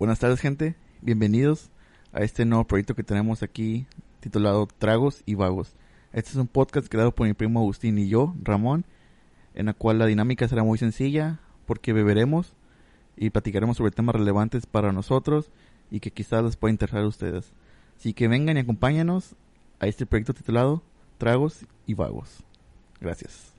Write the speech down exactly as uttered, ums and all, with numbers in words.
Buenas tardes, gente. Bienvenidos a este nuevo proyecto que tenemos aquí titulado Tragos y Vagos. Este es un podcast creado por mi primo Agustín y yo, Ramón, en la cual la dinámica será muy sencilla porque beberemos y platicaremos sobre temas relevantes para nosotros y que quizás les pueda interesar a ustedes. Así que vengan y acompáñanos a este proyecto titulado Tragos y Vagos. Gracias.